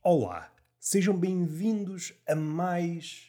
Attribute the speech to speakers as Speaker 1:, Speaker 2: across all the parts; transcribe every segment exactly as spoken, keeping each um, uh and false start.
Speaker 1: Olá, sejam bem-vindos a mais.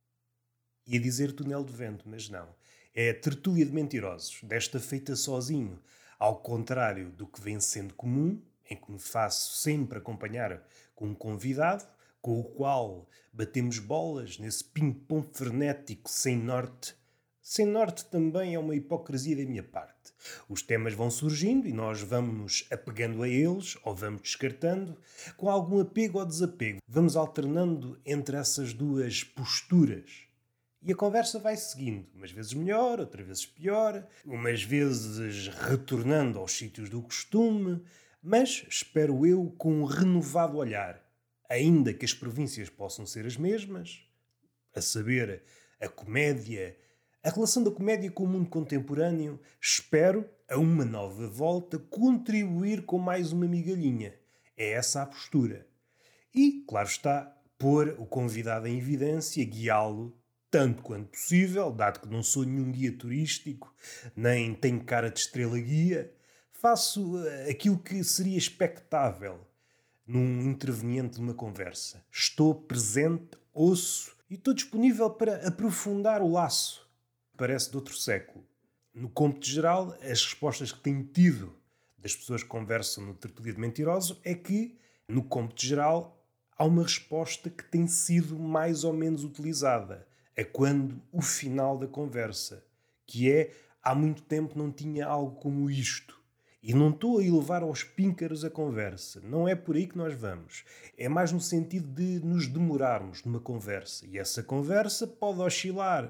Speaker 1: Ia dizer túnel de vento, mas não. É a tertúlia de mentirosos, desta feita sozinho, ao contrário do que vem sendo comum, em que me faço sempre acompanhar com um convidado, com o qual batemos bolas nesse ping-pong frenético sem norte. Sem norte também é uma hipocrisia da minha parte. Os temas vão surgindo e nós vamos apegando a eles ou vamos descartando, com algum apego ou desapego. Vamos alternando entre essas duas posturas. E a conversa vai seguindo, umas vezes melhor, outras vezes pior, umas vezes retornando aos sítios do costume, mas, espero eu, com um renovado olhar. Ainda que as províncias possam ser as mesmas, a saber, a comédia, a relação da comédia com o mundo contemporâneo, espero, a uma nova volta, contribuir com mais uma migalhinha. É essa a postura. E, claro está, pôr o convidado em evidência, guiá-lo, tanto quanto possível, dado que não sou nenhum guia turístico, nem tenho cara de estrela-guia, faço eh, aquilo que seria expectável num interveniente de uma conversa. Estou presente, ouço e estou disponível para aprofundar o laço. Parece de outro século. No cômputo geral, as respostas que tenho tido das pessoas que conversam no Tertúlia de Mentiroso é que, no cômputo geral, há uma resposta que tem sido mais ou menos utilizada. É quando o final da conversa, que é, há muito tempo não tinha algo como isto. E não estou a elevar aos píncaros a conversa. Não é por aí que nós vamos. É mais no sentido de nos demorarmos numa conversa. E essa conversa pode oscilar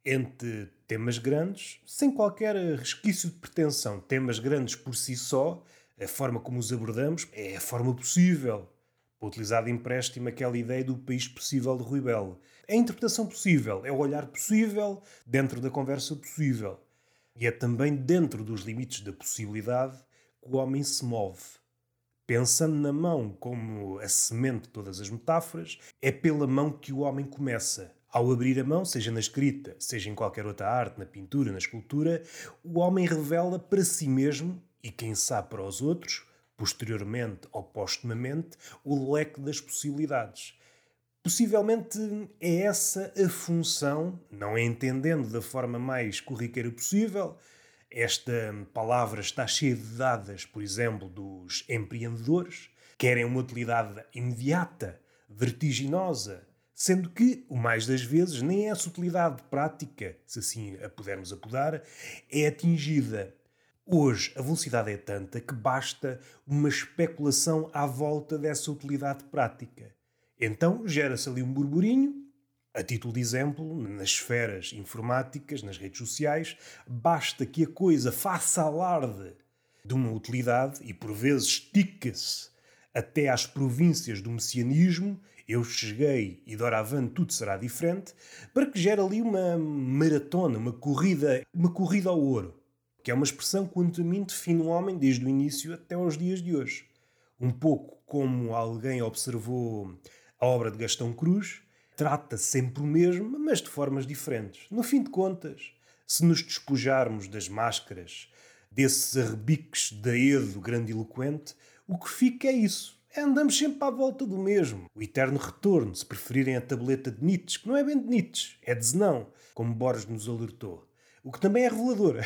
Speaker 1: entre temas grandes, sem qualquer resquício de pretensão. Temas grandes por si só, a forma como os abordamos é a forma possível. Para utilizar de empréstimo aquela ideia do país possível de Rui Belo. A interpretação possível é o olhar possível dentro da conversa possível. E é também dentro dos limites da possibilidade que o homem se move. Pensando na mão como a semente de todas as metáforas, é pela mão que o homem começa. Ao abrir a mão, seja na escrita, seja em qualquer outra arte, na pintura, na escultura, o homem revela para si mesmo, e quem sabe para os outros, posteriormente ou postumamente, o leque das possibilidades. Possivelmente é essa a função, não é entendendo da forma mais corriqueira possível. Esta palavra está cheia de dadas, por exemplo, dos empreendedores, querem uma utilidade imediata, vertiginosa, sendo que, o mais das vezes, nem essa utilidade prática, se assim a pudermos apodar, é atingida. Hoje a velocidade é tanta que basta uma especulação à volta dessa utilidade prática. Então gera-se ali um burburinho, a título de exemplo, nas esferas informáticas, nas redes sociais, basta que a coisa faça alarde de uma utilidade e por vezes estica-se até às províncias do messianismo, eu cheguei e doravante tudo será diferente, para que gere ali uma maratona, uma corrida, uma corrida ao ouro, que é uma expressão que quanto a mim define um homem desde o início até aos dias de hoje. Um pouco como alguém observou a obra de Gastão Cruz, trata sempre o mesmo, mas de formas diferentes. No fim de contas, se nos despojarmos das máscaras, desses arrebiques da Edo grandiloquente, o que fica é isso. É andamos sempre à volta do mesmo. O eterno retorno, se preferirem a tableta de Nietzsche, que não é bem de Nietzsche, é de Zenão, como Borges nos alertou. O que também é revelador.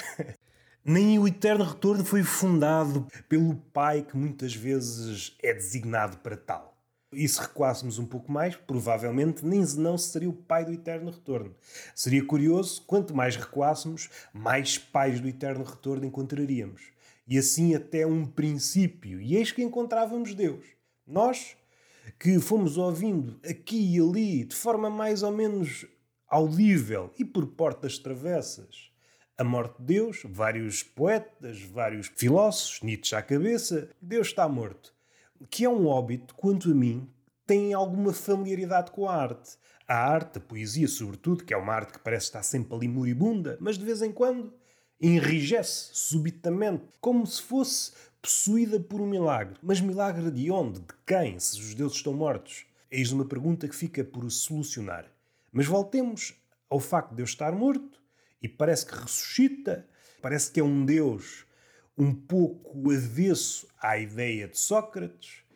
Speaker 1: Nem o eterno retorno foi fundado pelo pai que muitas vezes é designado para tal. E se recuássemos um pouco mais, provavelmente nem Zenão seria o pai do eterno retorno. Seria curioso, quanto mais recuássemos, mais pais do eterno retorno encontraríamos. E assim até um princípio. E eis que encontrávamos Deus. Nós, que fomos ouvindo aqui e ali, de forma mais ou menos audível e por portas travessas, a morte de Deus, vários poetas, vários filósofos, Nietzsche à cabeça, Deus está morto. Que é um óbito, quanto a mim, tem alguma familiaridade com a arte. A arte, a poesia sobretudo, que é uma arte que parece estar sempre ali moribunda, mas de vez em quando enrijece subitamente, como se fosse possuída por um milagre. Mas milagre de onde? De quem? Se os deuses estão mortos? Eis uma pergunta que fica por solucionar. Mas voltemos ao facto de Deus estar morto, e parece que ressuscita, parece que é um Deus um pouco avesso à ideia de Sócrates.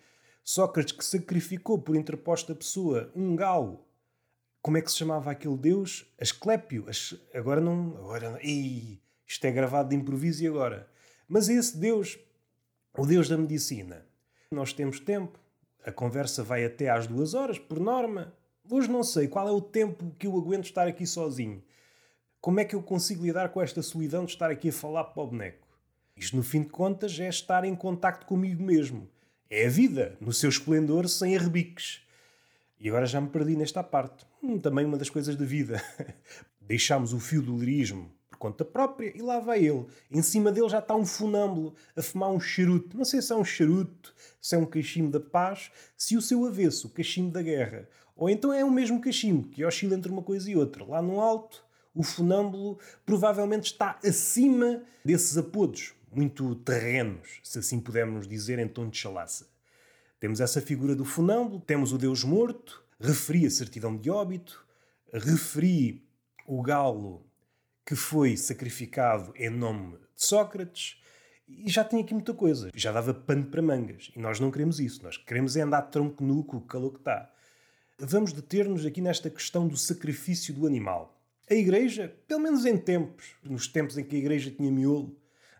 Speaker 1: Sócrates que sacrificou por interposta pessoa um galo. Como é que se chamava aquele deus? Asclépio. As... Agora não... Agora não... Ih, isto é gravado de improviso e agora? Mas esse deus, o deus da medicina. Nós temos tempo. A conversa vai até às duas horas, por norma. Hoje não sei qual é o tempo que eu aguento estar aqui sozinho. Como é que eu consigo lidar com esta solidão de estar aqui a falar para o boneco? Isto, no fim de contas, é estar em contacto comigo mesmo. É a vida, no seu esplendor, sem arrebiques. E agora já me perdi nesta parte. Hum, também uma das coisas da vida. Deixámos o fio do lirismo por conta própria e lá vai ele. Em cima dele já está um funâmbulo a fumar um charuto. Não sei se é um charuto, se é um cachimbo da paz, se o seu avesso, o cachimbo da guerra. Ou então é o mesmo cachimbo, que oscila entre uma coisa e outra. Lá no alto, o funâmbulo provavelmente está acima desses apodos, muito terrenos, se assim pudermos dizer em tom de chalaça. Temos essa figura do funâmbulo, temos o Deus morto, referi a certidão de óbito, referi o galo que foi sacrificado em nome de Sócrates, e já tinha aqui muita coisa. Já dava pano para mangas. E nós não queremos isso. Nós queremos é andar de tronco nu com o calor que está. Vamos deter-nos aqui nesta questão do sacrifício do animal. A Igreja, pelo menos em tempos, nos tempos em que a Igreja tinha miolo,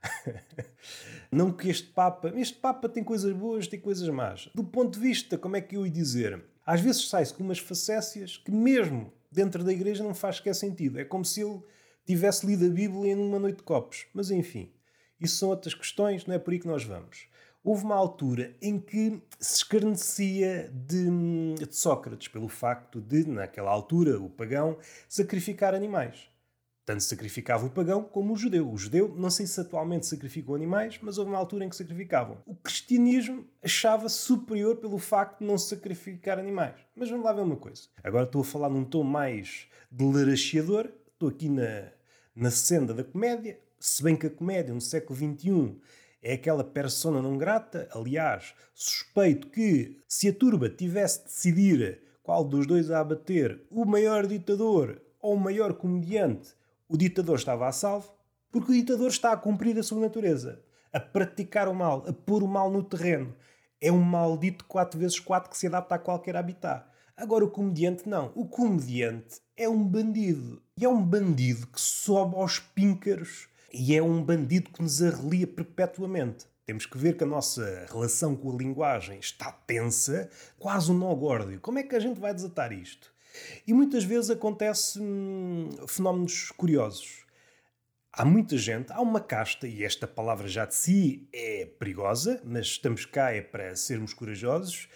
Speaker 1: não que este Papa... Este Papa tem coisas boas, tem coisas más. Do ponto de vista, como é que eu ia dizer? Às vezes sai-se com umas facécias que mesmo dentro da Igreja não faz sequer sentido. É como se ele tivesse lido a Bíblia numa noite de copos. Mas enfim, isso são outras questões, não é por aí que nós vamos. Houve uma altura em que se escarnecia de, de Sócrates pelo facto de, naquela altura, o pagão sacrificar animais. Tanto sacrificava o pagão como o judeu. O judeu, não sei se atualmente sacrificam animais, mas houve uma altura em que sacrificavam. O cristianismo achava superior pelo facto de não sacrificar animais. Mas vamos lá ver uma coisa. Agora estou a falar num tom mais delarasciador. Estou aqui na, na senda da comédia. Se bem que a comédia, no século vinte e um, é aquela persona não grata. Aliás, suspeito que, se a turba tivesse de decidir qual dos dois a abater, o maior ditador ou o maior comediante, o ditador estava a salvo, porque o ditador está a cumprir a sua natureza, a praticar o mal, a pôr o mal no terreno. É um maldito quatro vezes quatro que se adapta a qualquer habitat. Agora o comediante não. O comediante é um bandido. E é um bandido que sobe aos píncaros e é um bandido que nos arrelia perpetuamente. Temos que ver que a nossa relação com a linguagem está tensa, quase um nó górdio. Como é que a gente vai desatar isto? E muitas vezes acontecem hum, fenómenos curiosos. Há muita gente, há uma casta, e esta palavra já de si é perigosa, mas estamos cá é para sermos corajosos,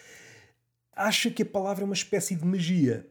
Speaker 1: acha que a palavra é uma espécie de magia.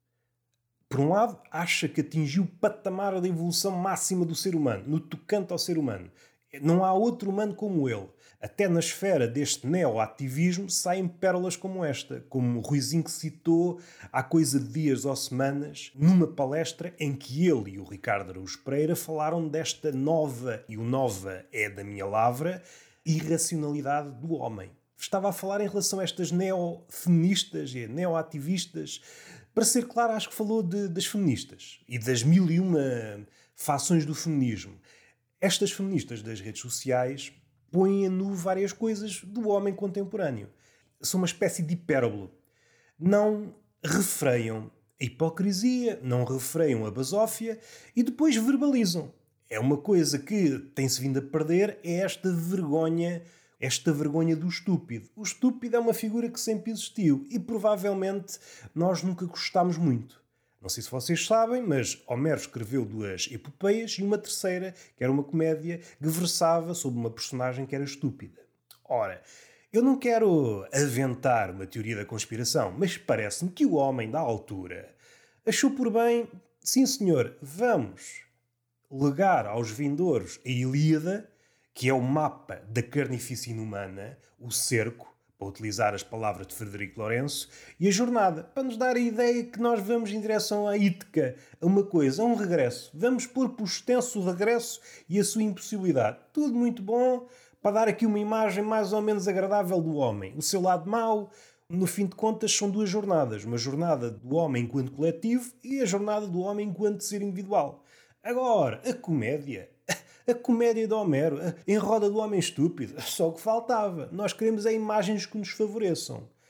Speaker 1: Por um lado, acha que atingiu o patamar da evolução máxima do ser humano, no tocante ao ser humano. Não há outro humano como ele. Até na esfera deste neo-ativismo saem pérolas como esta, como o Ruizinho que citou há coisa de dias ou semanas, numa palestra em que ele e o Ricardo Araújo Pereira falaram desta nova, e o nova é da minha lavra, irracionalidade do homem. Estava a falar em relação a estas neo-feministas e neo-ativistas. Para ser claro, acho que falou de, das feministas e das mil e uma fações do feminismo. Estas feministas das redes sociais põem a nu várias coisas do homem contemporâneo. São uma espécie de hipérbole. Não refreiam a hipocrisia, não refreiam a basófia e depois verbalizam. É uma coisa que tem-se vindo a perder, é esta vergonha, esta vergonha do estúpido. O estúpido é uma figura que sempre existiu e provavelmente nós nunca gostámos muito. Não sei se vocês sabem, mas Homero escreveu duas epopeias e uma terceira, que era uma comédia, que versava sobre uma personagem que era estúpida. Ora, eu não quero aventar uma teoria da conspiração, mas parece-me que o homem da altura achou por bem, sim senhor, vamos legar aos vindouros a Ilíada, que é o mapa da carnificina humana, o cerco, para utilizar as palavras de Frederico Lourenço, e a jornada, para nos dar a ideia que nós vamos em direção à Ítica, a uma coisa, a um regresso. Vamos pôr por extenso o regresso e a sua impossibilidade. Tudo muito bom, para dar aqui uma imagem mais ou menos agradável do homem. O seu lado mau, no fim de contas, são duas jornadas. Uma jornada do homem enquanto coletivo e a jornada do homem enquanto ser individual. Agora, a comédia... A comédia de Homero, em roda do homem estúpido, só o que faltava. Nós queremos é imagens que nos favoreçam.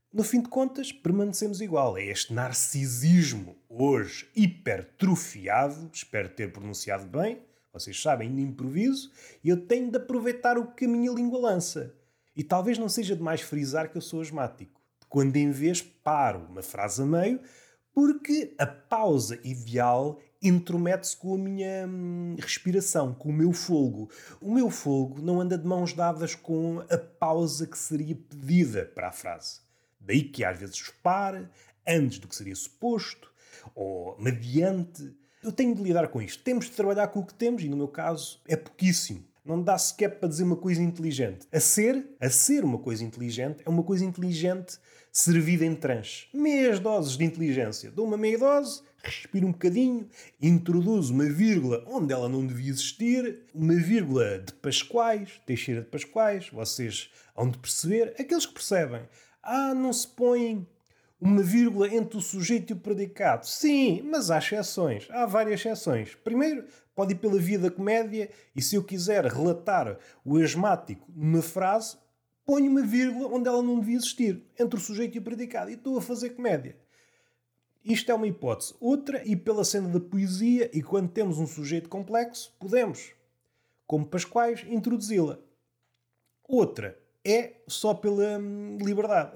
Speaker 1: No fim de contas, permanecemos igual. É este narcisismo, hoje hipertrofiado, espero ter pronunciado bem, vocês sabem, de improviso, e eu tenho de aproveitar o que a minha língua lança. E talvez não seja demais frisar que eu sou asmático. Quando em vez paro uma frase a meio, porque a pausa ideal intromete-se com a minha hum, respiração, com o meu fôlego. O meu fôlego não anda de mãos dadas com a pausa que seria pedida para a frase. Daí que às vezes pare, antes do que seria suposto, ou mediante. Eu tenho de lidar com isto. Temos de trabalhar com o que temos e, no meu caso, é pouquíssimo. Não dá sequer para dizer uma coisa inteligente. A ser, a ser uma coisa inteligente, é uma coisa inteligente servida em tranche. Meias doses de inteligência. Dou uma meia dose, respiro um bocadinho, introduzo uma vírgula onde ela não devia existir, uma vírgula de Pascoais, Teixeira de Pascoais, vocês hão de perceber. Aqueles que percebem. Ah, não se põe uma vírgula entre o sujeito e o predicado. Sim, mas há exceções. Há várias exceções. Primeiro, pode ir pela via da comédia e se eu quiser relatar o asmático numa frase, ponho uma vírgula onde ela não devia existir, entre o sujeito e o predicado. E estou a fazer comédia. Isto é uma hipótese. Outra, e pela cena da poesia, e quando temos um sujeito complexo, podemos, como Pascoais, introduzi-la. Outra é só pela hum, liberdade.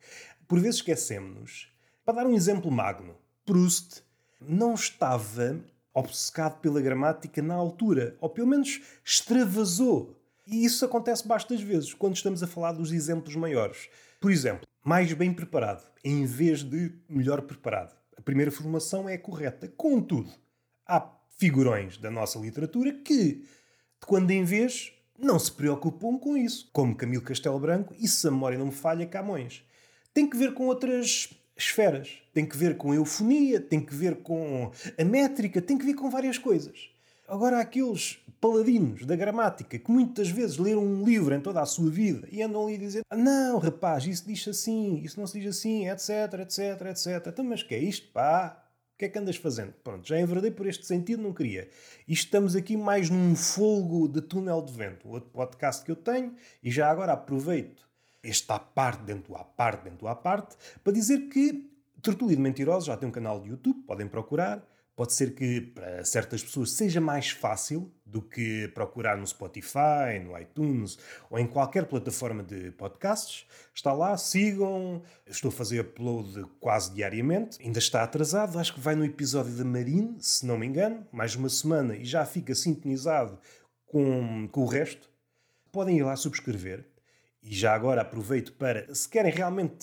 Speaker 1: Por vezes esquecemos-nos. Para dar um exemplo magno, Proust não estava obcecado pela gramática na altura, ou pelo menos extravasou. E isso acontece bastas vezes quando estamos a falar dos exemplos maiores. Por exemplo, mais bem preparado, em vez de melhor preparado. A primeira formulação é a correta. Contudo, há figurões da nossa literatura que, de quando em vez, não se preocupam com isso, como Camilo Castelo Branco e, se a memória não me falha, Camões. Tem que ver com outras esferas. Tem que ver com a eufonia, tem que ver com a métrica, tem que ver com várias coisas. Agora, aqueles paladinos da gramática que muitas vezes leram um livro em toda a sua vida e andam ali a dizer ah, não, rapaz, isso diz assim, isso não se diz assim, etc, etc, etcétera. Então, mas que é isto, pá? O que é que andas fazendo? Pronto, já enverdei por este sentido, não queria. E estamos aqui mais num folgo de túnel de vento. Outro podcast que eu tenho, e já agora aproveito este à parte dentro do à parte dentro do à parte, para dizer que Tertúlia de Mentirosos já tem um canal de YouTube, podem procurar. Pode ser que para certas pessoas seja mais fácil do que procurar no Spotify, no iTunes ou em qualquer plataforma de podcasts. Está lá, sigam. Estou a fazer upload quase diariamente. Ainda está atrasado, acho que vai no episódio da Marine, se não me engano. Mais uma semana e já fica sintonizado com, com o resto. Podem ir lá subscrever. E já agora aproveito para, se querem realmente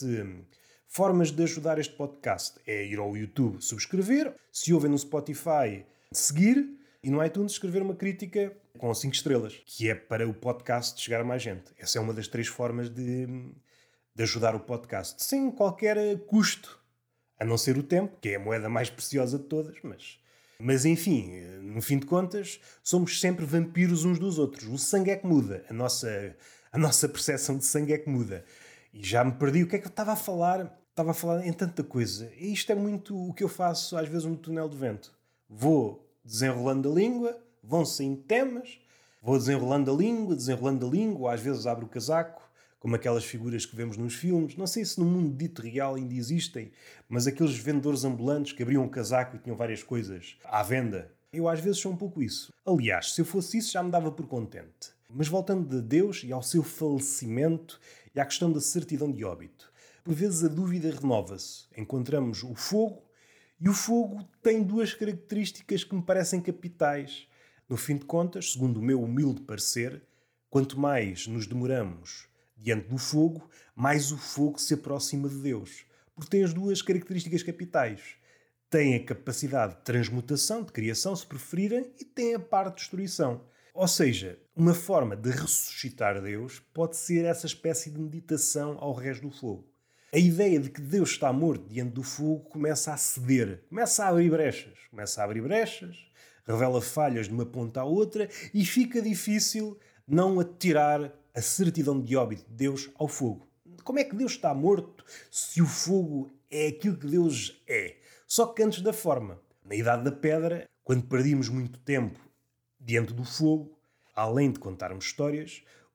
Speaker 1: formas de ajudar este podcast, é ir ao YouTube subscrever, se ouvem no Spotify, seguir e no iTunes escrever uma crítica com cinco estrelas, que é para o podcast chegar a mais gente. Essa é uma das três formas de, de ajudar o podcast, sem qualquer custo, a não ser o tempo, que é a moeda mais preciosa de todas, mas... Mas, enfim, no fim de contas, somos sempre vampiros uns dos outros. O sangue é que muda. A nossa, a nossa percepção de sangue é que muda. E já me perdi. O que é que eu estava a falar? Estava a falar em tanta coisa. E isto é muito o que eu faço, às vezes, no túnel de vento. Vou desenrolando a língua, vão saindo temas, vou desenrolando a língua, desenrolando a língua, às vezes abro o casaco, como aquelas figuras que vemos nos filmes. Não sei se no mundo dito real ainda existem, mas aqueles vendedores ambulantes que abriam um casaco e tinham várias coisas à venda. Eu às vezes sou um pouco isso. Aliás, se eu fosse isso já me dava por contente. Mas voltando de Deus e ao seu falecimento e à questão da certidão de óbito. Por vezes a dúvida renova-se. Encontramos o fogo e o fogo tem duas características que me parecem capitais. No fim de contas, segundo o meu humilde parecer, quanto mais nos demoramos diante do fogo, mais o fogo se aproxima de Deus. Porque tem as duas características capitais. Tem a capacidade de transmutação, de criação, se preferirem, e tem a parte de destruição. Ou seja, uma forma de ressuscitar Deus pode ser essa espécie de meditação ao resto do fogo. A ideia de que Deus está morto diante do fogo começa a ceder, começa a abrir brechas. Começa a abrir brechas, revela falhas de uma ponta à outra e fica difícil não atirar a certidão de óbito de Deus ao fogo. Como é que Deus está morto se o fogo é aquilo que Deus é? Só que antes da forma. Na Idade da Pedra, quando perdíamos muito tempo diante do fogo, além de contarmos histórias,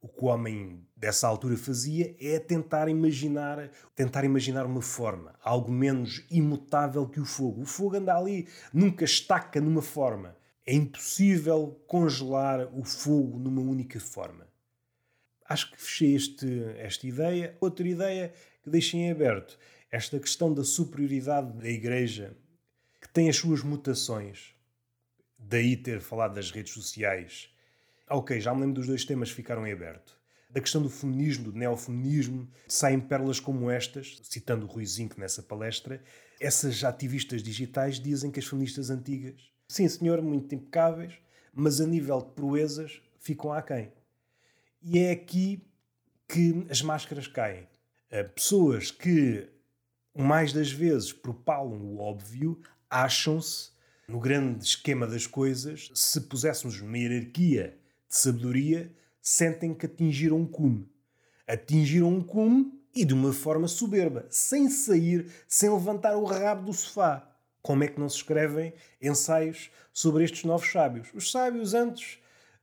Speaker 1: O que o homem dessa altura fazia é tentar imaginar, tentar imaginar uma forma, algo menos imutável que o fogo. O fogo anda ali, nunca estaca numa forma. É impossível congelar o fogo numa única forma. Acho que fechei este, esta ideia. Outra ideia que deixei em aberto. Esta questão da superioridade da Igreja, que tem as suas mutações. Daí ter falado das redes sociais. Ok, já me lembro dos dois temas que ficaram em aberto. Da questão do feminismo, do neofeminismo, saem pérolas como estas, citando o Rui Zinck nessa palestra. Essas ativistas digitais dizem que as feministas antigas, sim senhor, muito impecáveis, mas a nível de proezas ficam aquém. E é aqui que as máscaras caem. Pessoas que, mais das vezes, propalam o óbvio, acham-se, no grande esquema das coisas, se puséssemos uma hierarquia de sabedoria, sentem que atingiram um cume. Atingiram um cume e de uma forma soberba, sem sair, sem levantar o rabo do sofá. Como é que não se escrevem ensaios sobre estes novos sábios? Os sábios antes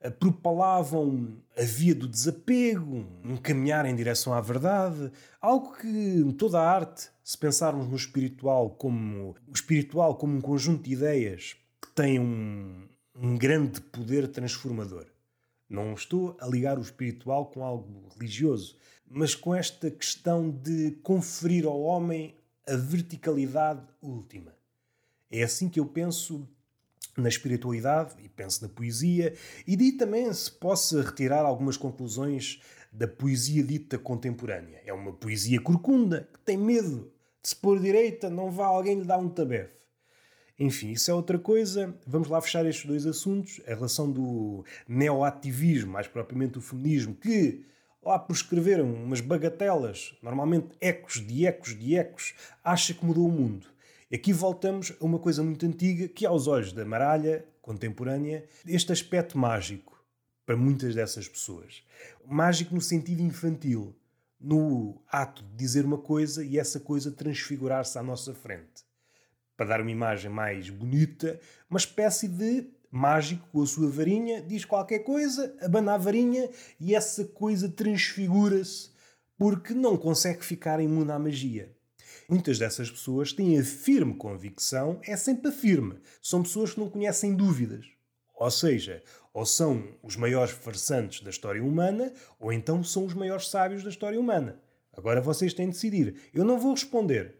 Speaker 1: propalavam a via do desapego, um caminhar em direção à verdade, algo que toda a arte, se pensarmos no espiritual como o espiritual como um conjunto de ideias que tem um, um grande poder transformador. Não estou a ligar o espiritual com algo religioso, mas com esta questão de conferir ao homem a verticalidade última. É assim que eu penso na espiritualidade e penso na poesia, e daí também se possa retirar algumas conclusões da poesia dita contemporânea. É uma poesia corcunda, que tem medo de se pôr direita, não vá alguém lhe dar um tabefe. Enfim, isso é outra coisa. Vamos lá fechar estes dois assuntos. A relação do neoativismo, mais propriamente do feminismo, que lá por escreveram umas bagatelas, normalmente ecos de ecos de ecos, acha que mudou o mundo. E aqui voltamos a uma coisa muito antiga que, aos olhos da maralha contemporânea, este aspecto mágico para muitas dessas pessoas. Mágico no sentido infantil, no ato de dizer uma coisa e essa coisa transfigurar-se à nossa frente. Para dar uma imagem mais bonita, uma espécie de mágico com a sua varinha, diz qualquer coisa, abana a varinha e essa coisa transfigura-se porque não consegue ficar imune à magia. Muitas dessas pessoas têm a firme convicção, é sempre a firme. São pessoas que não conhecem dúvidas. Ou seja, ou são os maiores farsantes da história humana, ou então são os maiores sábios da história humana. Agora vocês têm de decidir. Eu não vou responder.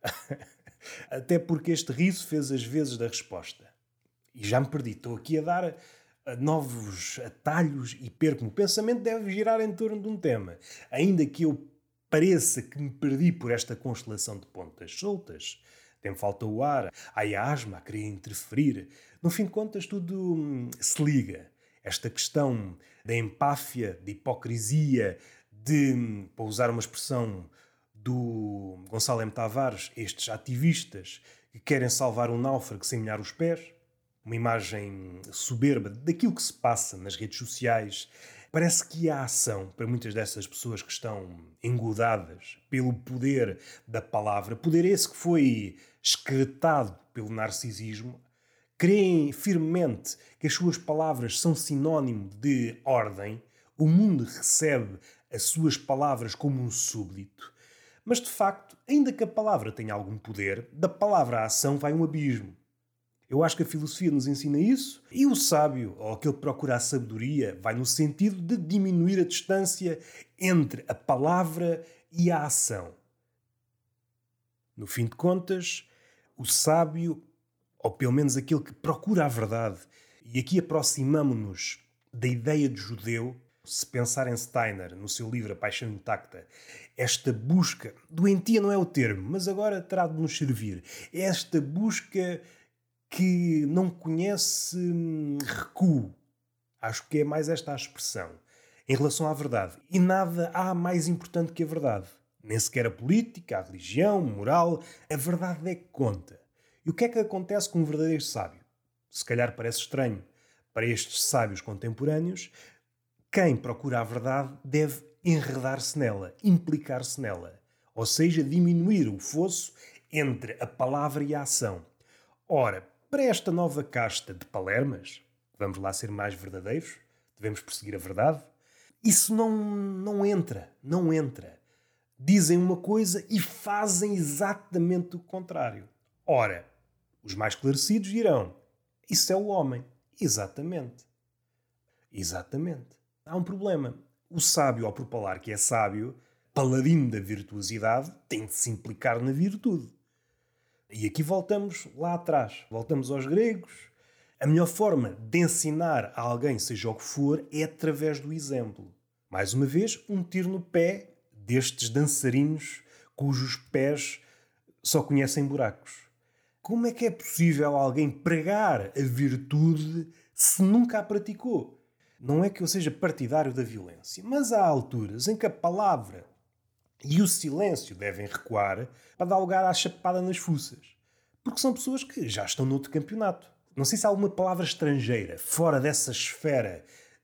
Speaker 1: Até porque este riso fez as vezes da resposta. E já me perdi. Estou aqui a dar novos atalhos e perco-me. O pensamento deve girar em torno de um tema. Ainda que eu pareça que me perdi por esta constelação de pontas soltas, tem falta o ar, há a asma a querer interferir. No fim de contas, tudo hum, se liga. Esta questão da empáfia, da hipocrisia, de, para usar uma expressão do Gonçalo M. Tavares, estes ativistas que querem salvar um náufrago sem molhar os pés, uma imagem soberba daquilo que se passa nas redes sociais. Parece que há ação para muitas dessas pessoas que estão engodadas pelo poder da palavra, poder esse que foi excretado pelo narcisismo, creem firmemente que as suas palavras são sinónimo de ordem, o mundo recebe as suas palavras como um súbdito. Mas, de facto, ainda que a palavra tenha algum poder, da palavra à ação vai um abismo. Eu acho que a filosofia nos ensina isso, e o sábio, ou aquele que procura a sabedoria, vai no sentido de diminuir a distância entre a palavra e a ação. No fim de contas, o sábio, ou pelo menos aquele que procura a verdade, e aqui aproximamo-nos da ideia de judeu. Se pensar em Steiner, no seu livro A Paixão Intacta, esta busca, doentia não é o termo, mas agora terá de nos servir, é esta busca que não conhece recuo. Acho que é mais esta a expressão, em relação à verdade. E nada há mais importante que a verdade. Nem sequer a política, a religião, a moral, a verdade é que conta. E o que é que acontece com um verdadeiro sábio? Se calhar parece estranho para estes sábios contemporâneos. Quem procura a verdade deve enredar-se nela, implicar-se nela. Ou seja, diminuir o fosso entre a palavra e a ação. Ora, para esta nova casta de palermas, vamos lá ser mais verdadeiros, devemos perseguir a verdade, Isso não, não entra, não entra. Dizem uma coisa e fazem exatamente o contrário. Ora, os mais esclarecidos dirão, isso é o homem. Exatamente. Exatamente. Há um problema. O sábio, ao propalar que é sábio, paladino da virtuosidade, tem de se implicar na virtude. E aqui voltamos lá atrás. Voltamos aos gregos. A melhor forma de ensinar a alguém, seja o que for, é através do exemplo. Mais uma vez, um tiro no pé destes dançarinos cujos pés só conhecem buracos. Como é que é possível alguém pregar a virtude se nunca a praticou? Não é que eu seja partidário da violência, mas há alturas em que a palavra e o silêncio devem recuar para dar lugar à chapada nas fuças. Porque são pessoas que já estão noutro campeonato. Não sei se há alguma palavra estrangeira fora dessa esfera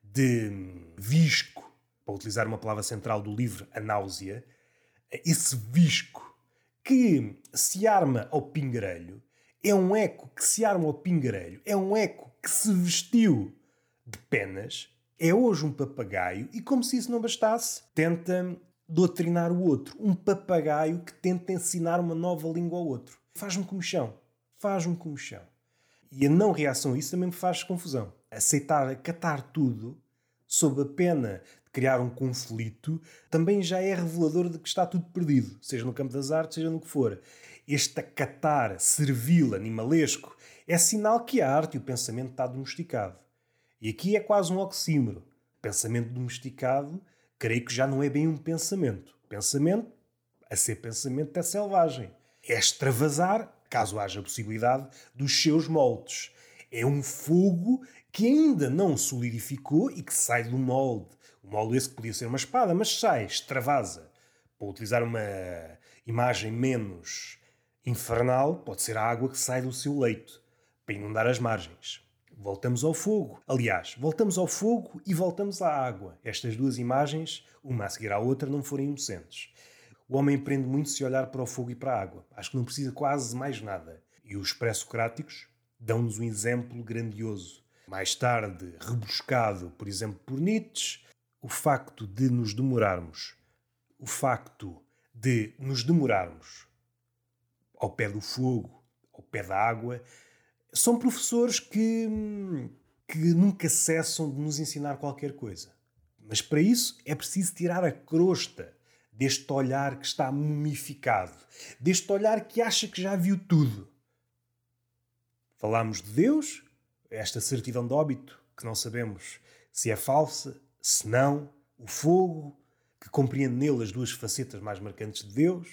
Speaker 1: de visco, para utilizar uma palavra central do livro A Náusea, esse visco que se arma ao pingarelho é um eco que se arma ao pingarelho, é um eco que se vestiu de penas, é hoje um papagaio e, como se isso não bastasse, tenta doutrinar o outro. Um papagaio que tenta ensinar uma nova língua ao outro. Faz-me comichão. Faz-me comichão. E a não reação a isso também me faz confusão. Aceitar, acatar tudo, sob a pena de criar um conflito, também já é revelador de que está tudo perdido. Seja no campo das artes, seja no que for. Este acatar servil, animalesco, é sinal que a arte e o pensamento está domesticado. E aqui é quase um oxímoro. Pensamento domesticado, creio que já não é bem um pensamento. Pensamento, a ser pensamento, é selvagem. É extravasar, caso haja possibilidade, dos seus moldes. É um fogo que ainda não solidificou e que sai do molde. O molde esse que podia ser uma espada, mas sai, extravasa. Para utilizar uma imagem menos infernal, pode ser a água que sai do seu leito, para inundar as margens. Voltamos ao fogo. Aliás, voltamos ao fogo e voltamos à água. Estas duas imagens, uma a seguir à outra, não forem inocentes. O homem aprende muito se olhar para o fogo e para a água. Acho que não precisa quase mais nada. E os pré-socráticos dão-nos um exemplo grandioso. Mais tarde, rebuscado, por exemplo, por Nietzsche, o facto de nos demorarmos, o facto de nos demorarmos ao pé do fogo, ao pé da água, são professores que, que nunca cessam de nos ensinar qualquer coisa. Mas para isso é preciso tirar a crosta deste olhar que está mumificado, deste olhar que acha que já viu tudo. Falámos de Deus, esta certidão de óbito, que não sabemos se é falsa, se não, o fogo, que compreende nele as duas facetas mais marcantes de Deus,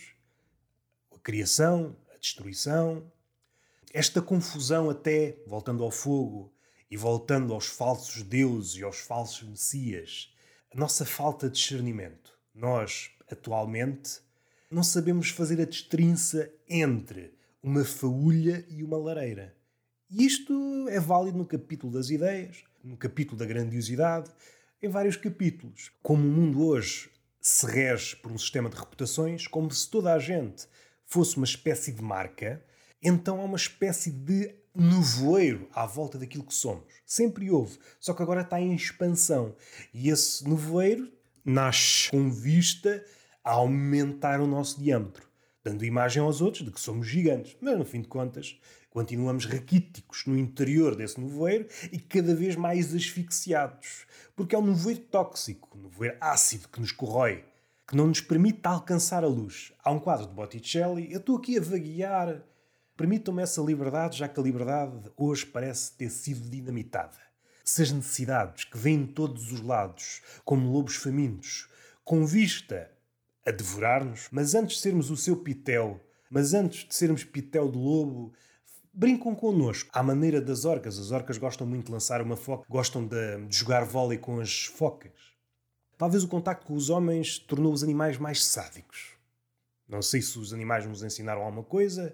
Speaker 1: a criação, a destruição. Esta confusão até, voltando ao fogo e voltando aos falsos deuses e aos falsos messias, a nossa falta de discernimento. Nós, atualmente, não sabemos fazer a destrinça entre uma faúlha e uma lareira. E isto é válido no capítulo das ideias, no capítulo da grandiosidade, em vários capítulos. Como o mundo hoje se rege por um sistema de reputações, como se toda a gente fosse uma espécie de marca, então há uma espécie de nevoeiro à volta daquilo que somos. Sempre houve, só que agora está em expansão. E esse nevoeiro nasce com vista a aumentar o nosso diâmetro, dando imagem aos outros de que somos gigantes. Mas, no fim de contas, continuamos raquíticos no interior desse nevoeiro e cada vez mais asfixiados. Porque é um nevoeiro tóxico, um nevoeiro ácido que nos corrói, que não nos permite alcançar a luz. Há um quadro de Botticelli, eu estou aqui a vaguear. Permitam-me essa liberdade, já que a liberdade hoje parece ter sido dinamitada. Se as necessidades que vêm de todos os lados, como lobos famintos, com vista a devorar-nos, mas antes de sermos o seu pitel, mas antes de sermos pitel do lobo, brincam connosco. À maneira das orcas. As orcas gostam muito de lançar uma foca, gostam de, de jogar vôlei com as focas. Talvez o contacto com os homens tornou os animais mais sádicos. Não sei se os animais nos ensinaram alguma coisa,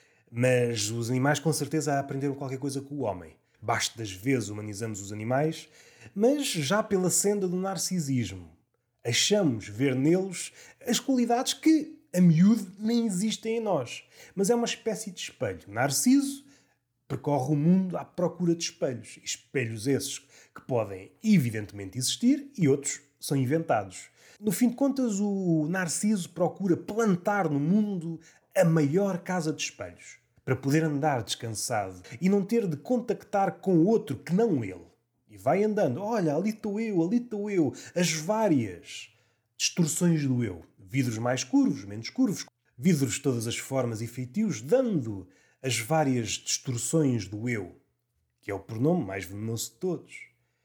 Speaker 1: mas os animais com certeza aprenderam qualquer coisa com o homem. Basta das vezes humanizamos os animais, mas já pela senda do narcisismo. Achamos ver neles as qualidades que, a miúdo, nem existem em nós. Mas é uma espécie de espelho. Narciso percorre o mundo à procura de espelhos. Espelhos esses que podem, evidentemente, existir e outros são inventados. No fim de contas, o Narciso procura plantar no mundo a maior casa de espelhos, para poder andar descansado e não ter de contactar com o outro que não ele. E vai andando, olha, ali estou eu, ali estou eu, as várias distorções do eu. Vidros mais curvos, menos curvos, vidros de todas as formas e feitios, dando as várias distorções do eu, que é o pronome mais venenoso de todos.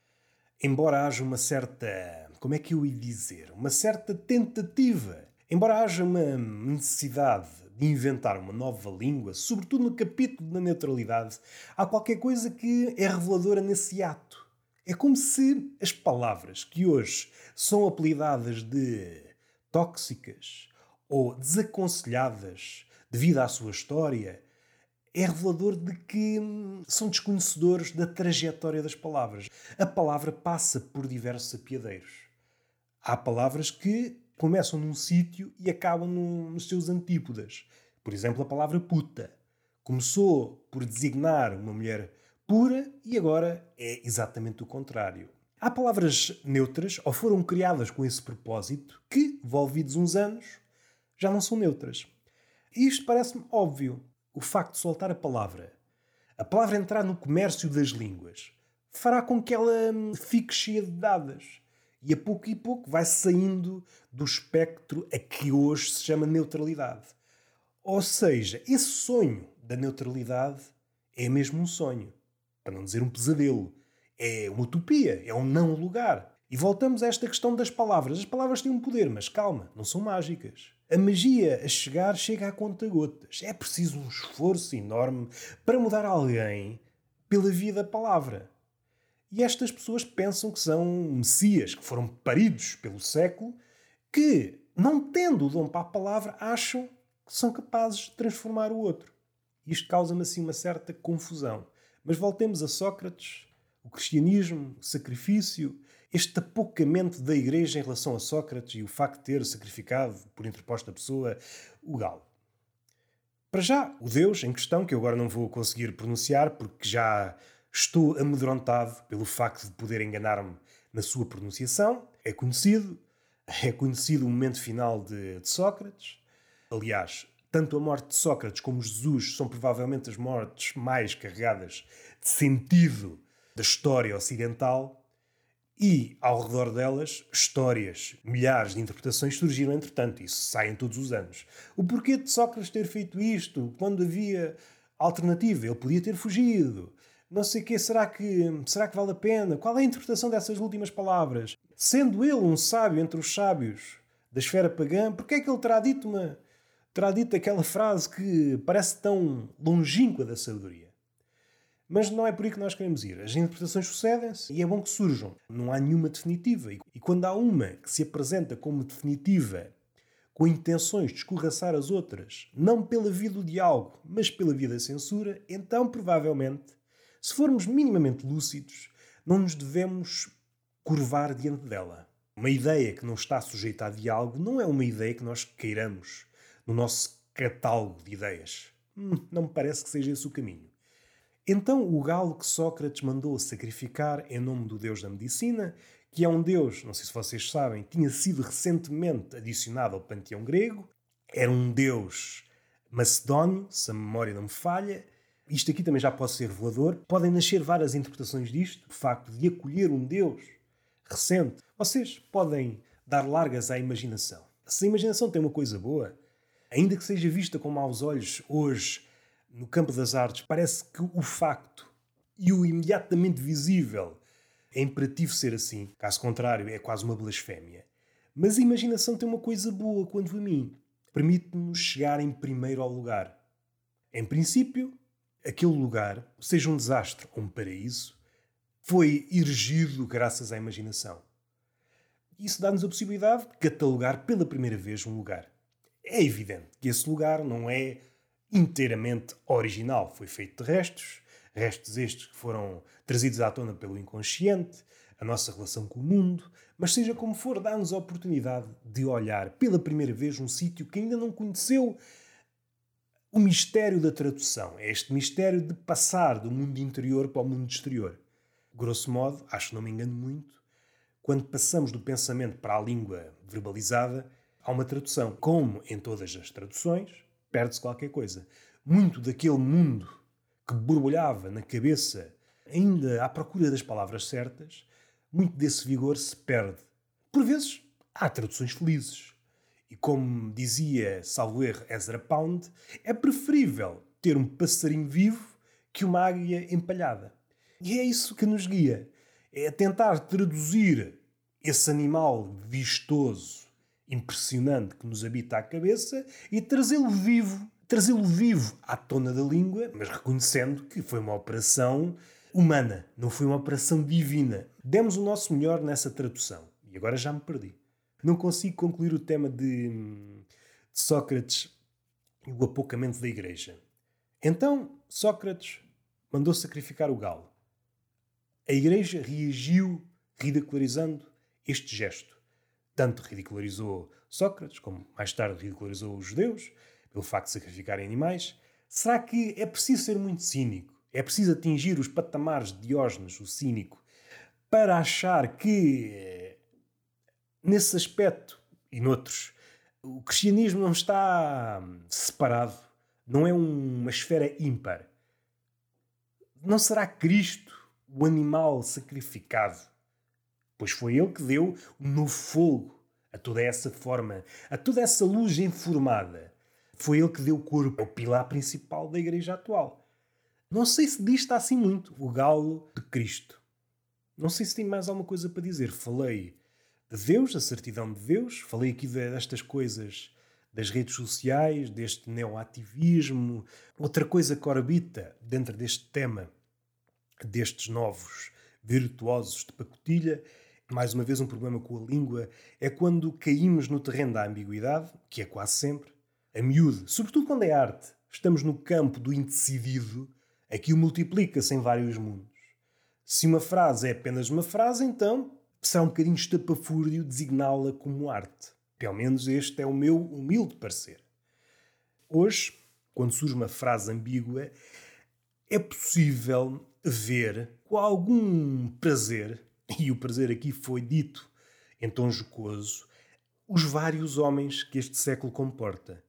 Speaker 1: Embora haja uma certa, como é que eu ia dizer, uma certa tentativa, embora haja uma necessidade de inventar uma nova língua, sobretudo no capítulo da neutralidade, há qualquer coisa que é reveladora nesse ato. É como se as palavras que hoje são apelidadas de tóxicas ou desaconselhadas devido à sua história, é revelador de que são desconhecedores da trajetória das palavras. A palavra passa por diversos apiadeiros. Há palavras que começam num sítio e acabam no, nos seus antípodas. Por exemplo, a palavra puta. Começou por designar uma mulher pura e agora é exatamente o contrário. Há palavras neutras, ou foram criadas com esse propósito, que, envolvidos uns anos, já não são neutras. E isto parece-me óbvio. O facto de soltar a palavra, a palavra entrar no comércio das línguas, fará com que ela fique cheia de dadas. E a pouco e pouco vai saindo do espectro a que hoje se chama neutralidade. Ou seja, esse sonho da neutralidade é mesmo um sonho. Para não dizer um pesadelo. É uma utopia, é um não lugar. E voltamos a esta questão das palavras. As palavras têm um poder, mas calma, não são mágicas. A magia a chegar chega a conta-gotas. É preciso um esforço enorme para mudar alguém pela via da palavra. E estas pessoas pensam que são messias, que foram paridos pelo século, que, não tendo o dom para a palavra, acham que são capazes de transformar o outro. Isto causa-me assim uma certa confusão. Mas voltemos a Sócrates, o cristianismo, o sacrifício, este apocamento da Igreja em relação a Sócrates e o facto de ter sacrificado, por interposta pessoa, o galo. Para já, o Deus em questão, que eu agora não vou conseguir pronunciar porque já estou amedrontado pelo facto de poder enganar-me na sua pronunciação, é conhecido, é conhecido o momento final de, de Sócrates. Aliás, tanto a morte de Sócrates como Jesus são provavelmente as mortes mais carregadas de sentido da história ocidental. E, ao redor delas, histórias, milhares de interpretações surgiram entretanto. Isso saem todos os anos. O porquê de Sócrates ter feito isto quando havia alternativa? Ele podia ter fugido. Não sei o quê. Será que, será que vale a pena? Qual é a interpretação dessas últimas palavras? Sendo ele um sábio entre os sábios da esfera pagã, porquê é que ele terá dito, uma, terá dito aquela frase que parece tão longínqua da sabedoria? Mas não é por aí que nós queremos ir. As interpretações sucedem-se e é bom que surjam. Não há nenhuma definitiva. E quando há uma que se apresenta como definitiva, com intenções de escorraçar as outras, não pela via do diálogo, mas pela via da censura, então, provavelmente, se formos minimamente lúcidos, não nos devemos curvar diante dela. Uma ideia que não está sujeita a diálogo não é uma ideia que nós queiramos no nosso catálogo de ideias. Hum, não me parece que seja esse o caminho. Então, o galo que Sócrates mandou sacrificar em nome do deus da medicina, que é um deus, não sei se vocês sabem, tinha sido recentemente adicionado ao panteão grego, era um deus macedónio, se a memória não me falha. Isto aqui também já pode ser revelador. Podem nascer várias interpretações disto, o facto de acolher um deus recente. Vocês podem dar largas à imaginação. Se a imaginação tem uma coisa boa, ainda que seja vista com maus olhos hoje, no campo das artes, parece que o facto e o imediatamente visível é imperativo ser assim. Caso contrário, é quase uma blasfémia. Mas a imaginação tem uma coisa boa quanto a mim. Permite-nos chegar em primeiro ao lugar. Em princípio, aquele lugar, seja um desastre ou um paraíso, foi erigido graças à imaginação. Isso dá-nos a possibilidade de catalogar pela primeira vez um lugar. É evidente que esse lugar não é inteiramente original. Foi feito de restos, restos estes que foram trazidos à tona pelo inconsciente, a nossa relação com o mundo, mas seja como for, dá-nos a oportunidade de olhar pela primeira vez um sítio que ainda não conheceu o mistério da tradução. É este mistério de passar do mundo interior para o mundo exterior. Grosso modo, acho que não me engano muito, quando passamos do pensamento para a língua verbalizada, há uma tradução. Como em todas as traduções, perde-se qualquer coisa. Muito daquele mundo que borbulhava na cabeça, ainda à procura das palavras certas, muito desse vigor se perde. Por vezes, há traduções felizes. E como dizia, salvo erro, Ezra Pound, é preferível ter um passarinho vivo que uma águia empalhada. E é isso que nos guia. É tentar traduzir esse animal vistoso, impressionante que nos habita à cabeça e trazê-lo vivo, trazê-lo vivo à tona da língua, mas reconhecendo que foi uma operação humana, não foi uma operação divina. Demos o nosso melhor nessa tradução. E agora já me perdi. Não consigo concluir o tema de, de Sócrates e o apocamento da igreja. Então, Sócrates mandou sacrificar o galo. A igreja reagiu ridicularizando este gesto. Tanto ridicularizou Sócrates, como mais tarde ridicularizou os judeus, pelo facto de sacrificarem animais. Será que é preciso ser muito cínico? É preciso atingir os patamares de Diógenes, o cínico, para achar que, nesse aspecto e noutros, o cristianismo não está separado, não é uma esfera ímpar? Não será Cristo o animal sacrificado? Pois foi ele que deu um novo fogo a toda essa forma, a toda essa luz informada. Foi ele que deu corpo ao pilar principal da igreja atual. Não sei se dista assim muito o galo de Cristo. Não sei se tem mais alguma coisa para dizer. Falei de Deus, a certidão de Deus. Falei aqui destas coisas das redes sociais, deste neoativismo. Outra coisa que orbita dentro deste tema, destes novos virtuosos de pacotilha, mais uma vez um problema com a língua, é quando caímos no terreno da ambiguidade, que é quase sempre, a miúde, sobretudo quando é arte. Estamos no campo do indecidido, aquilo multiplica-se em vários mundos. Se uma frase é apenas uma frase, então será um bocadinho estapafúrdio designá-la como arte. Pelo menos este é o meu humilde parecer. Hoje, quando surge uma frase ambígua, é possível ver com algum prazer, e o prazer aqui foi dito em tom jocoso, os vários homens que este século comporta.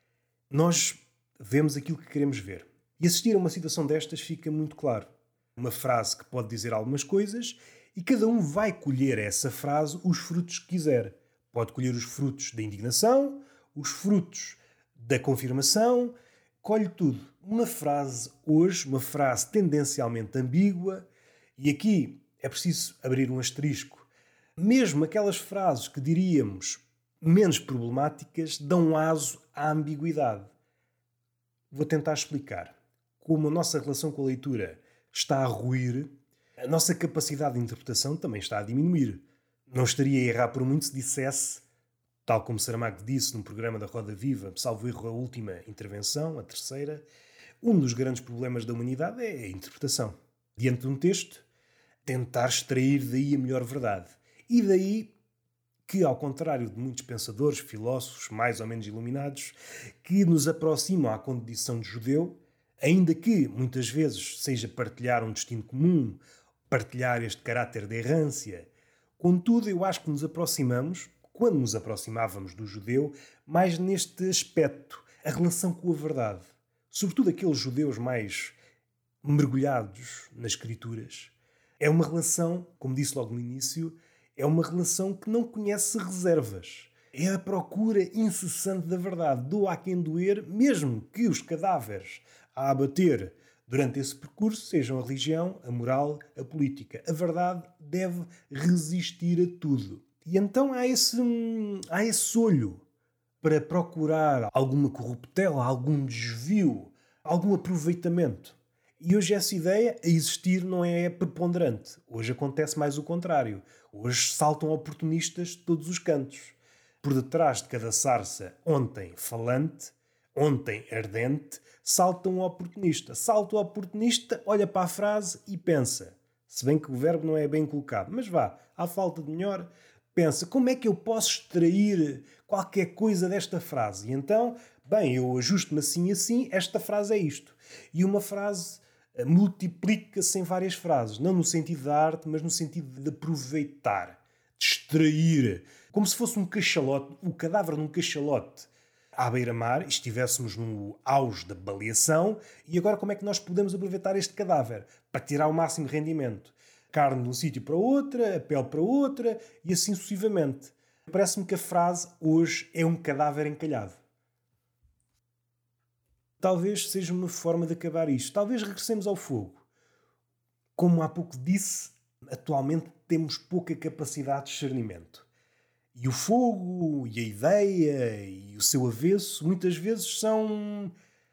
Speaker 1: Nós vemos aquilo que queremos ver. E assistir a uma situação destas fica muito claro. Uma frase que pode dizer algumas coisas e cada um vai colher a essa frase os frutos que quiser. Pode colher os frutos da indignação, os frutos da confirmação, colhe tudo. Uma frase hoje, uma frase tendencialmente ambígua, e aqui é preciso abrir um asterisco. Mesmo aquelas frases que diríamos menos problemáticas dão aso à ambiguidade. Vou tentar explicar. Como a nossa relação com a leitura está a ruir, a nossa capacidade de interpretação também está a diminuir. Não estaria a errar por muito se dissesse, tal como Saramago disse num programa da Roda Viva, salvo erro a última intervenção, a terceira, um dos grandes problemas da humanidade é a interpretação. Diante de um texto, tentar extrair daí a melhor verdade. E daí que, ao contrário de muitos pensadores, filósofos mais ou menos iluminados, que nos aproximam à condição de judeu, ainda que muitas vezes seja partilhar um destino comum, partilhar este caráter de errância, contudo eu acho que nos aproximamos, quando nos aproximávamos do judeu, mais neste aspecto, a relação com a verdade. Sobretudo aqueles judeus mais mergulhados nas escrituras. É uma relação, como disse logo no início, é uma relação que não conhece reservas. É a procura incessante da verdade. Doa a quem doer, mesmo que os cadáveres a abater durante esse percurso sejam a religião, a moral, a política. A verdade deve resistir a tudo. E então há esse, há esse olho para procurar alguma corruptela, algum desvio, algum aproveitamento. E hoje essa ideia, a existir, não é preponderante. Hoje acontece mais o contrário. Hoje saltam oportunistas de todos os cantos. Por detrás de cada sarça, ontem falante, ontem ardente, salta um oportunista. Salta o oportunista, olha para a frase e pensa. Se bem que o verbo não é bem colocado. Mas vá, à falta de melhor, pensa, como é que eu posso extrair qualquer coisa desta frase? E então, bem, eu ajusto-me assim e assim, esta frase é isto. E uma frase multiplica-se em várias frases. Não no sentido da arte, mas no sentido de aproveitar, de extrair, como se fosse um cachalote, o cadáver num cachalote à beira-mar, e estivéssemos no auge da baleação, e agora como é que nós podemos aproveitar este cadáver para tirar o máximo rendimento? Carne de um sítio para outra, a pele para outra, e assim sucessivamente. Parece-me que a frase hoje é um cadáver encalhado. Talvez seja uma forma de acabar isto. Talvez regressemos ao fogo. Como há pouco disse, atualmente temos pouca capacidade de discernimento. E o fogo, e a ideia, e o seu avesso, muitas vezes são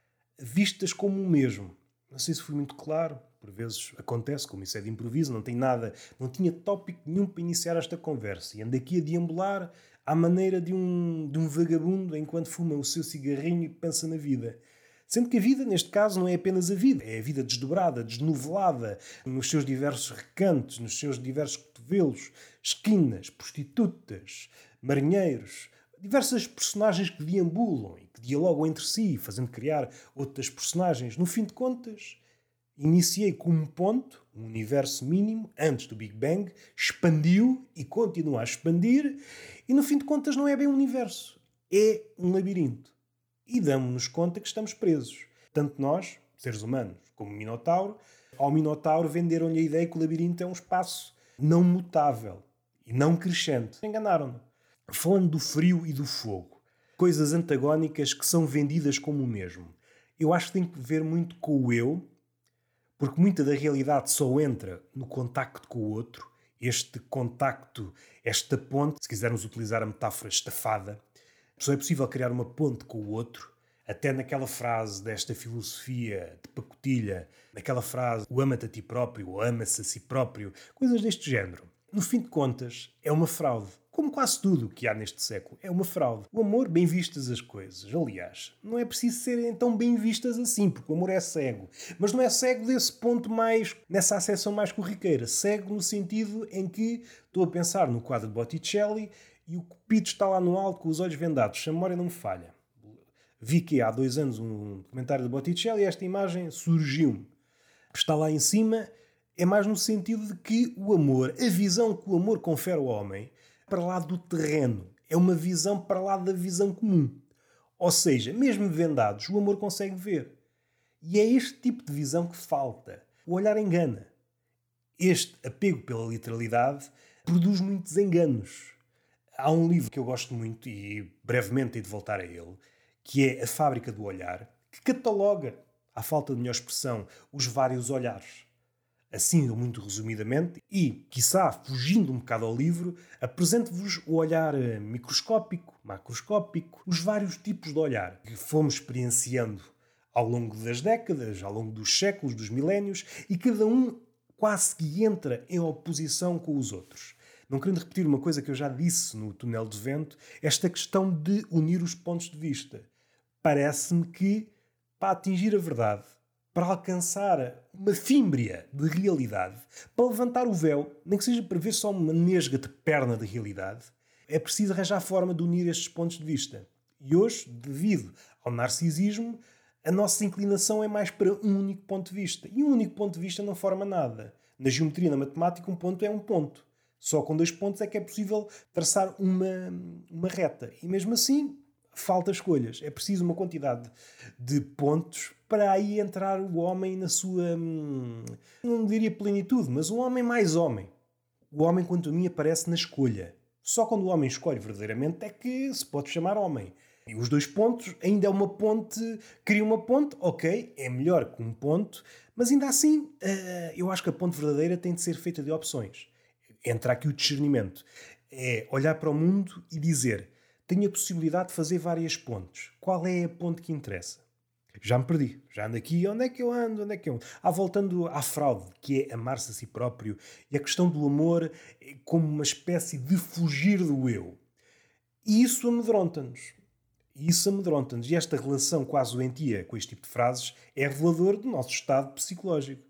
Speaker 1: vistas como o mesmo. Não sei se fui muito claro. Por vezes acontece, como isso é de improviso, não tem nada, não tinha tópico nenhum para iniciar esta conversa. E ando aqui a deambular à maneira de um, de um vagabundo enquanto fuma o seu cigarrinho e pensa na vida. Sendo que a vida, neste caso, não é apenas a vida. É a vida desdobrada, desnovelada, nos seus diversos recantos, nos seus diversos cotovelos, esquinas, prostitutas, marinheiros, diversas personagens que deambulam e que dialogam entre si, fazendo criar outras personagens. No fim de contas, iniciei com um ponto, um universo mínimo, antes do Big Bang, expandiu e continua a expandir, e no fim de contas não é bem um universo, é um labirinto. E damos-nos conta que estamos presos. Tanto nós, seres humanos, como o Minotauro. Ao Minotauro venderam-lhe a ideia que o labirinto é um espaço não mutável e não crescente. Enganaram-no. Falando do frio e do fogo, coisas antagónicas que são vendidas como o mesmo. Eu acho que tem que ver muito com o eu, porque muita da realidade só entra no contacto com o outro. Este contacto, esta ponte, se quisermos utilizar a metáfora estafada, só é possível criar uma ponte com o outro, até naquela frase desta filosofia de pacotilha, naquela frase, o ama-te a ti próprio, ou ama-se a si próprio, coisas deste género. No fim de contas, é uma fraude. Como quase tudo o que há neste século, é uma fraude. O amor, bem vistas as coisas. Aliás, não é preciso serem tão bem vistas assim, porque o amor é cego. Mas não é cego desse ponto mais, nessa acessão mais corriqueira. Cego no sentido em que estou a pensar no quadro de Botticelli e o Cupido está lá no alto com os olhos vendados. Se a memória não me falha. Vi que há dois anos um documentário de Botticelli e esta imagem surgiu-me. Está lá em cima, é mais no sentido de que o amor, a visão que o amor confere ao homem, para lá do terreno. É uma visão para lá da visão comum. Ou seja, mesmo vendados, o amor consegue ver. E é este tipo de visão que falta. O olhar engana. Este apego pela literalidade produz muitos enganos. Há um livro que eu gosto muito e brevemente hei de voltar a ele, que é A Fábrica do Olhar, que cataloga, à falta de melhor expressão, os vários olhares. Assim, muito resumidamente, e, quiçá, fugindo um bocado ao livro, apresento-vos o olhar microscópico, macroscópico, os vários tipos de olhar que fomos experienciando ao longo das décadas, ao longo dos séculos, dos milénios, e cada um quase que entra em oposição com os outros. Não querendo repetir uma coisa que eu já disse no Túnel de Vento, esta questão de unir os pontos de vista. Parece-me que, para atingir a verdade, para alcançar uma fímbria de realidade, para levantar o véu, nem que seja para ver só uma nesga de perna de realidade, é preciso arranjar a forma de unir estes pontos de vista. E hoje, devido ao narcisismo, a nossa inclinação é mais para um único ponto de vista. E um único ponto de vista não forma nada. Na geometria, na matemática, um ponto é um ponto. Só com dois pontos é que é possível traçar uma, uma reta. E mesmo assim, falta escolhas. É preciso uma quantidade de pontos para aí entrar o homem na sua, não diria plenitude, mas um homem mais homem. O homem, quanto a mim, aparece na escolha. Só quando o homem escolhe verdadeiramente é que se pode chamar homem. E os dois pontos ainda é uma ponte, cria uma ponte, ok, é melhor que um ponto, mas ainda assim, eu acho que a ponte verdadeira tem de ser feita de opções. Entra aqui o discernimento. É olhar para o mundo e dizer: tenho a possibilidade de fazer várias pontes. Qual é a ponte que interessa? Já me perdi. Já ando aqui. Onde é que eu ando? Onde é que eu ando? Ah, voltando à fraude, que é amar-se a si próprio, e a questão do amor como uma espécie de fugir do eu. E isso amedronta-nos. E isso amedronta-nos. E esta relação quase doentia com este tipo de frases é revelador do nosso estado psicológico.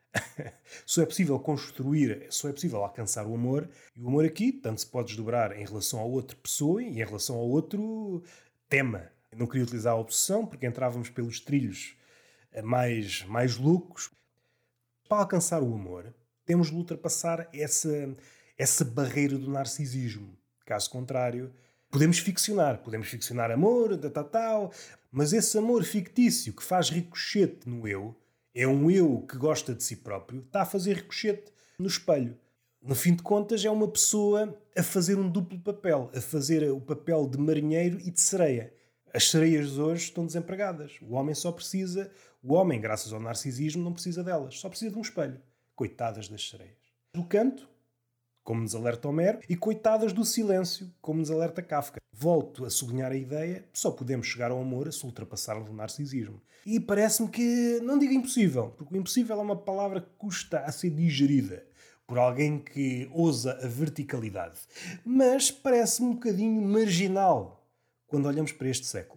Speaker 1: Só é possível construir, só é possível alcançar o amor, e o amor aqui tanto se pode desdobrar em relação a outra pessoa e em relação a outro tema. Eu não queria utilizar a obsessão porque entrávamos pelos trilhos mais, mais loucos. Para alcançar o amor, temos de ultrapassar essa, essa barreira do narcisismo. Caso contrário, podemos ficcionar. Podemos ficcionar amor, tal, tal, tal, mas esse amor fictício que faz ricochete no eu, é um eu que gosta de si próprio, está a fazer ricochete no espelho. No fim de contas, é uma pessoa a fazer um duplo papel, a fazer o papel de marinheiro e de sereia. As sereias de hoje estão desempregadas. O homem só precisa... O homem, graças ao narcisismo, não precisa delas. Só precisa de um espelho. Coitadas das sereias. Do canto, como nos alerta Homero, e coitadas do silêncio, como nos alerta Kafka. Volto a sublinhar a ideia, só podemos chegar ao amor se ultrapassarmos o narcisismo. E parece-me que, não digo impossível, porque o impossível é uma palavra que custa a ser digerida por alguém que ousa a verticalidade. Mas parece-me um bocadinho marginal quando olhamos para este século.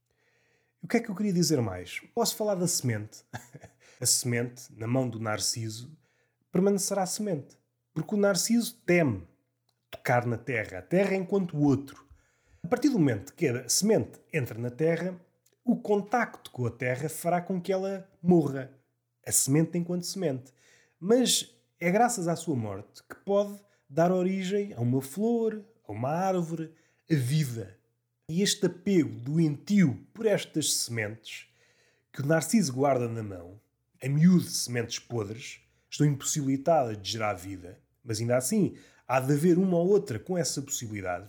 Speaker 1: E o que é que eu queria dizer mais? Posso falar da semente. A semente, na mão do Narciso, permanecerá semente. Porque o Narciso teme tocar na terra. A terra enquanto o outro. A partir do momento que a semente entra na terra, o contacto com a terra fará com que ela morra. A semente enquanto semente. Mas é graças à sua morte que pode dar origem a uma flor, a uma árvore, a vida. E este apego doentio por estas sementes que o Narciso guarda na mão, a miúdo de sementes podres, estão impossibilitadas de gerar vida, mas ainda assim há de haver uma ou outra com essa possibilidade,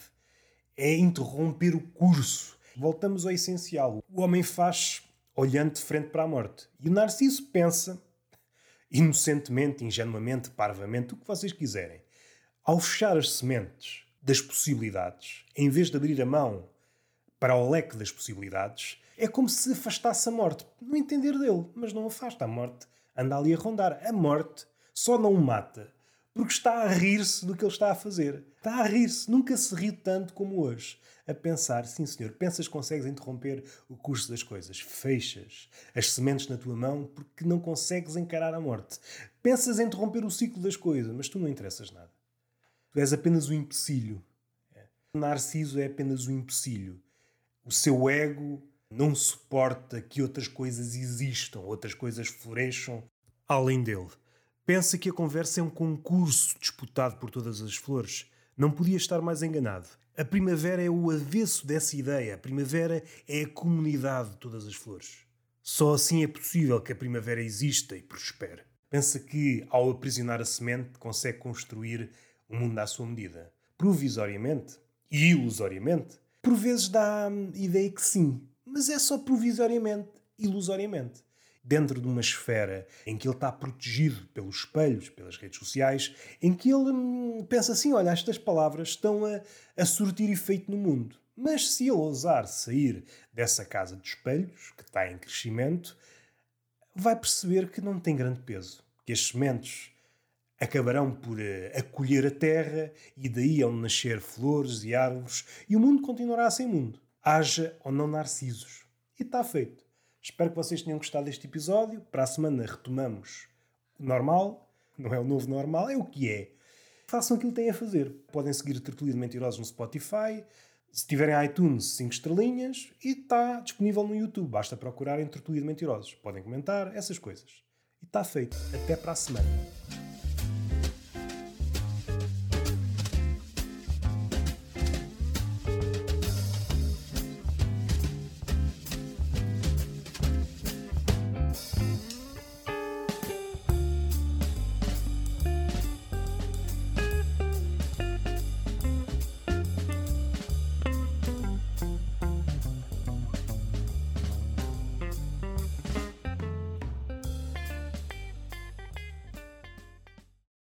Speaker 1: é interromper o curso. Voltamos ao essencial. O homem faz olhando de frente para a morte. E o Narciso pensa, inocentemente, ingenuamente, parvamente, o que vocês quiserem. Ao fechar as sementes das possibilidades, em vez de abrir a mão para o leque das possibilidades, é como se afastasse a morte. No entender dele, mas não afasta. A morte anda ali a rondar. A morte só não o mata porque está a rir-se do que ele está a fazer. Está a rir-se. Nunca se riu tanto como hoje. A pensar, sim senhor, pensas que consegues interromper o curso das coisas. Fechas as sementes na tua mão porque não consegues encarar a morte. Pensas em interromper o ciclo das coisas, mas tu não interessas nada. Tu és apenas um empecilho. O Narciso é apenas um empecilho. O seu ego não suporta que outras coisas existam, outras coisas floresçam além dele. Pensa que a conversa é um concurso disputado por todas as flores. Não podia estar mais enganado. A primavera é o avesso dessa ideia. A primavera é a comunidade de todas as flores. Só assim é possível que a primavera exista e prospere. Pensa que, ao aprisionar a semente, consegue construir um mundo à sua medida. Provisoriamente e ilusoriamente. Por vezes dá a ideia que sim, mas é só provisoriamente, ilusoriamente. Dentro de uma esfera em que ele está protegido pelos espelhos, pelas redes sociais, em que ele hum, pensa assim, olha, estas palavras estão a, a surtir efeito no mundo. Mas se ele ousar sair dessa casa de espelhos, que está em crescimento, vai perceber que não tem grande peso. Que as sementes acabarão por uh, acolher a terra e daí hão nascer flores e árvores e o mundo continuará a ser mundo. Haja ou não narcisos. E está feito. Espero que vocês tenham gostado deste episódio. Para a semana retomamos o normal. Não é o novo normal, é o que é. Façam aquilo que têm a fazer. Podem seguir a Tertulia de Mentirosos no Spotify. Se tiverem iTunes, cinco estrelinhas. E está disponível no YouTube. Basta procurarem Tertulia de Mentirosos. Podem comentar, essas coisas. E está feito. Até para a semana.